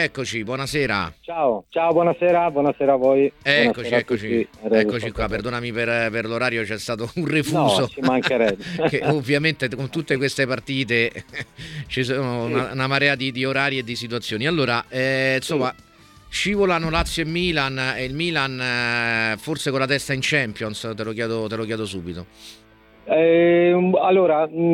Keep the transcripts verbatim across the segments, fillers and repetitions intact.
eccoci, buonasera. Ciao, ciao, buonasera, buonasera a voi. Eccoci, Buonasera eccoci, a tutti. eccoci qua, perdonami per, per l'orario, c'è stato un refuso. No, ci mancherebbe. Che ovviamente con tutte queste partite ci sono una, una marea di, di orari e di situazioni. Allora, eh, insomma, sì. Scivolano Lazio e Milan, e il Milan eh, forse con la testa in Champions, te lo chiedo, te lo chiedo subito. Eh, allora, mh,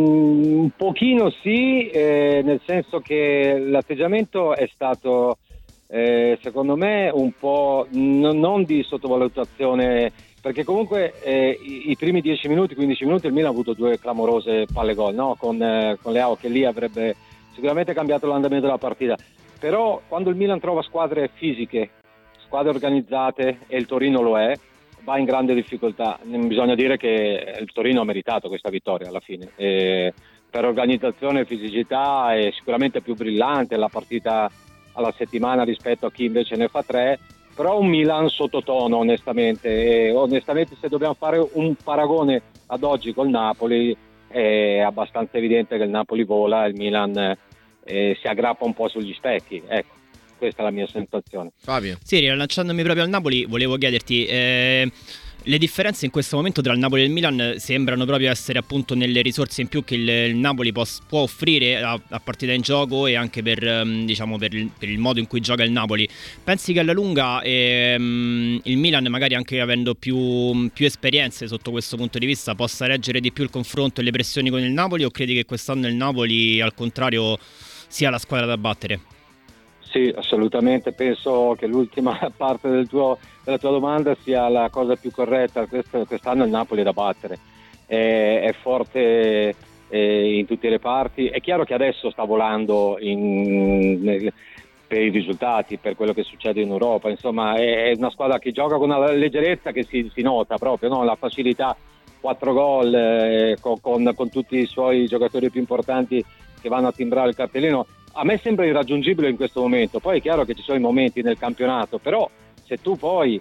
un pochino sì, eh, nel senso che l'atteggiamento è stato, eh, secondo me, un po' n- non di sottovalutazione, perché comunque eh, i-, i primi dieci minuti, quindici minuti il Milan ha avuto due clamorose palle gol, no? Con, eh, con Leao, che lì avrebbe sicuramente cambiato l'andamento della partita, però quando il Milan trova squadre fisiche, squadre organizzate, e il Torino lo è, va in grande difficoltà. Bisogna dire che il Torino ha meritato questa vittoria alla fine, e per organizzazione e fisicità è sicuramente più brillante la partita alla settimana rispetto a chi invece ne fa tre, però un Milan sottotono onestamente, e onestamente se dobbiamo fare un paragone ad oggi col Napoli è abbastanza evidente che il Napoli vola e il Milan eh, si aggrappa un po' sugli specchi, ecco. Questa è la mia sensazione. Fabio. Sì, rilanciandomi proprio al Napoli, volevo chiederti eh, le differenze in questo momento tra il Napoli e il Milan sembrano proprio essere appunto nelle risorse in più che il, il Napoli può, può offrire a, a partita in gioco e anche per, diciamo, per il, per il modo in cui gioca il Napoli. Pensi che alla lunga ehm, il Milan, magari anche avendo più, più esperienze sotto questo punto di vista, possa reggere di più il confronto e le pressioni con il Napoli, o credi che quest'anno il Napoli al contrario sia la squadra da battere? Sì, assolutamente, penso che l'ultima parte del tuo, della tua domanda sia la cosa più corretta. Questo, quest'anno il Napoli è da battere, è, è forte eh, in tutte le parti. È chiaro che adesso sta volando in, nel, per i risultati, per quello che succede in Europa, insomma è, è una squadra che gioca con una leggerezza che si, si nota proprio, no? La facilità, quattro gol eh, con, con, con tutti i suoi giocatori più importanti che vanno a timbrare il cartellino. A me sembra irraggiungibile in questo momento. Poi è chiaro che ci sono i momenti nel campionato, però se tu poi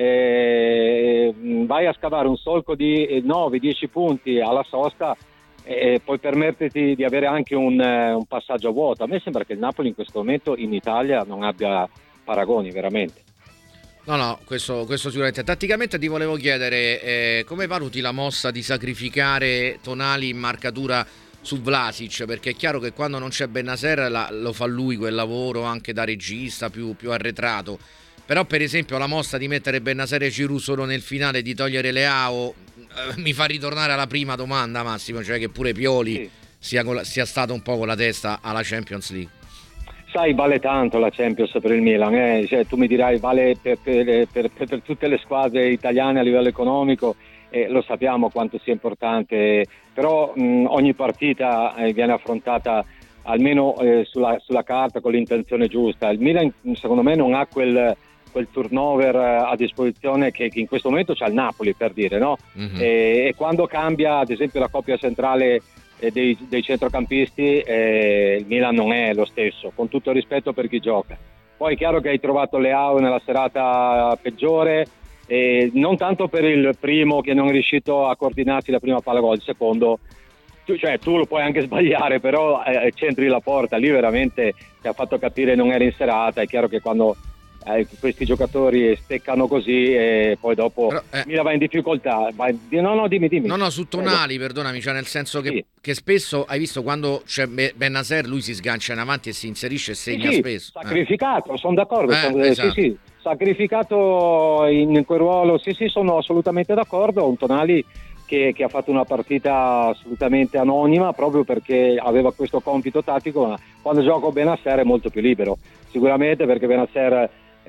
eh, vai a scavare un solco di nove dieci punti alla sosta, eh, puoi permetterti di avere anche un, un passaggio a vuoto. A me sembra che il Napoli in questo momento in Italia non abbia paragoni veramente. No, no, questo, questo sicuramente. Tatticamente ti volevo chiedere eh, come valuti la mossa di sacrificare Tonali in marcatura su Vlasic, perché è chiaro che quando non c'è Bennacer la, lo fa lui quel lavoro anche da regista più, più arretrato, però per esempio la mossa di mettere Bennacer e Giroud solo nel finale, di togliere Leao, eh, mi fa ritornare alla prima domanda, Massimo, cioè che pure Pioli sì. sia, con la, sia stato un po' con la testa alla Champions League. Sai, vale tanto la Champions per il Milan, eh? Cioè, tu mi dirai vale per, per, per, per tutte le squadre italiane a livello economico, eh, lo sappiamo quanto sia importante, però mh, ogni partita eh, viene affrontata almeno eh, sulla, sulla carta con l'intenzione giusta. Il Milan secondo me non ha quel, quel turnover a disposizione che, che in questo momento c'ha il Napoli, per dire, no? Mm-hmm. E, e quando cambia ad esempio la coppia centrale eh, dei, dei centrocampisti, eh, il Milan non è lo stesso, con tutto il rispetto per chi gioca. Poi è chiaro che hai trovato Leao nella serata peggiore, e non tanto per il primo che non è riuscito a coordinarsi la prima palla gol, il secondo tu, cioè tu lo puoi anche sbagliare, però eh, centri la porta, lì veramente ti ha fatto capire non era in serata. È chiaro che quando eh, questi giocatori steccano così e poi dopo però, eh, Mila va in difficoltà, va in... no no dimmi dimmi no no su Tonali, perdonami, cioè nel senso che, sì. che spesso hai visto quando c'è Bennacer lui si sgancia in avanti e si inserisce e segna sì, sì, spesso sacrificato, eh. sono d'accordo, eh, sono, esatto. sì sì sacrificato in quel ruolo, sì sì sono assolutamente d'accordo. Un Tonali che, che ha fatto una partita assolutamente anonima proprio perché aveva questo compito tattico, ma quando gioca Bennacer è molto più libero, sicuramente, perché Bennacer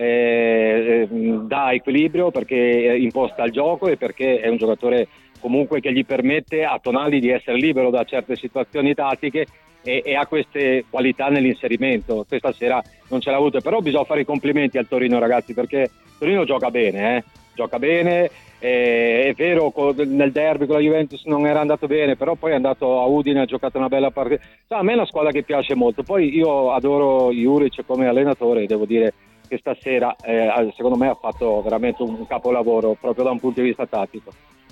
eh, dà equilibrio, perché imposta il gioco e perché è un giocatore comunque che gli permette a Tonali di essere libero da certe situazioni tattiche e, e ha queste qualità nell'inserimento. Questa sera non ce l'ha avuto, però bisogna fare i complimenti al Torino, ragazzi, perché Torino gioca bene, eh? gioca bene, eh, è vero nel derby con la Juventus non era andato bene, però poi è andato a Udine, ha giocato una bella partita. Cioè, a me è una squadra che piace molto, poi io adoro Juric come allenatore, devo dire che stasera eh, secondo me ha fatto veramente un capolavoro proprio da un punto di vista tattico.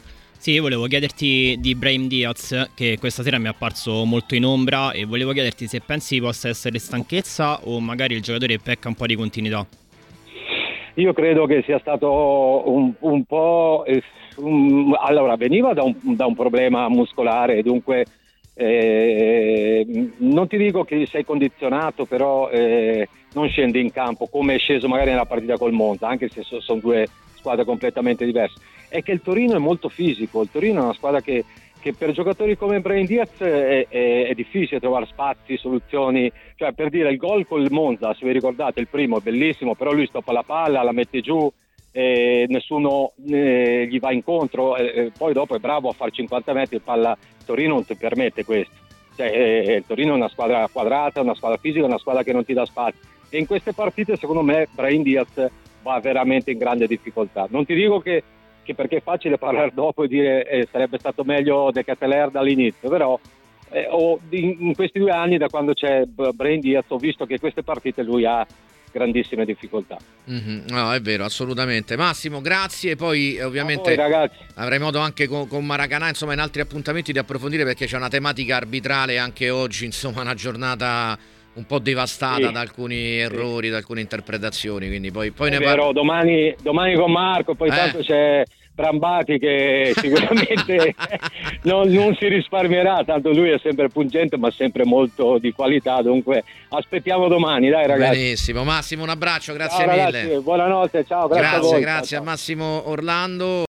Sì, volevo chiederti di Brahim Diaz, che questa sera mi è apparso molto in ombra, e volevo chiederti se pensi possa essere stanchezza o magari il giocatore pecca un po' di continuità. Io credo che sia stato un, un po'... Eh, un, allora, veniva da un, da un problema muscolare, dunque eh, non ti dico che sei condizionato, però eh, non scendi in campo come è sceso magari nella partita col Monza, anche se so, sono due squadre completamente diverse. È che il Torino è molto fisico, il Torino è una squadra che, che per giocatori come Brahim Diaz è, è, è difficile trovare spazi, soluzioni, cioè per dire il gol col Monza, se vi ricordate il primo è bellissimo, però lui stoppa la palla, la mette giù, eh, nessuno eh, gli va incontro, eh, poi dopo è bravo a fare cinquanta metri, palla, il Torino non ti permette questo, cioè, eh, il Torino è una squadra quadrata, una squadra fisica, una squadra che non ti dà spazio, e in queste partite secondo me Brahim Diaz va veramente in grande difficoltà. Non ti dico che che perché è facile parlare dopo e dire eh, sarebbe stato meglio De Ketelaere dall'inizio, però eh, ho, in, in questi due anni da quando c'è Brahim Diaz ho visto che queste partite lui ha grandissime difficoltà. Mm-hmm. No, è vero, assolutamente. Massimo, grazie. Poi ovviamente voi, avrai modo anche con, con Maracanã, insomma, in altri appuntamenti di approfondire, perché c'è una tematica arbitrale anche oggi, insomma, una giornata un po' devastata sì, da alcuni errori, sì, da alcune interpretazioni, quindi poi, poi ne parlo. Domani, domani con Marco, poi eh. tanto c'è Brambati che sicuramente non, non si risparmierà, tanto lui è sempre pungente ma sempre molto di qualità, dunque aspettiamo domani, dai ragazzi. Benissimo, Massimo, un abbraccio, grazie ciao, mille. Ragazzi, buonanotte, ciao, grazie, grazie, a voi. Grazie ciao, a Massimo Orlando.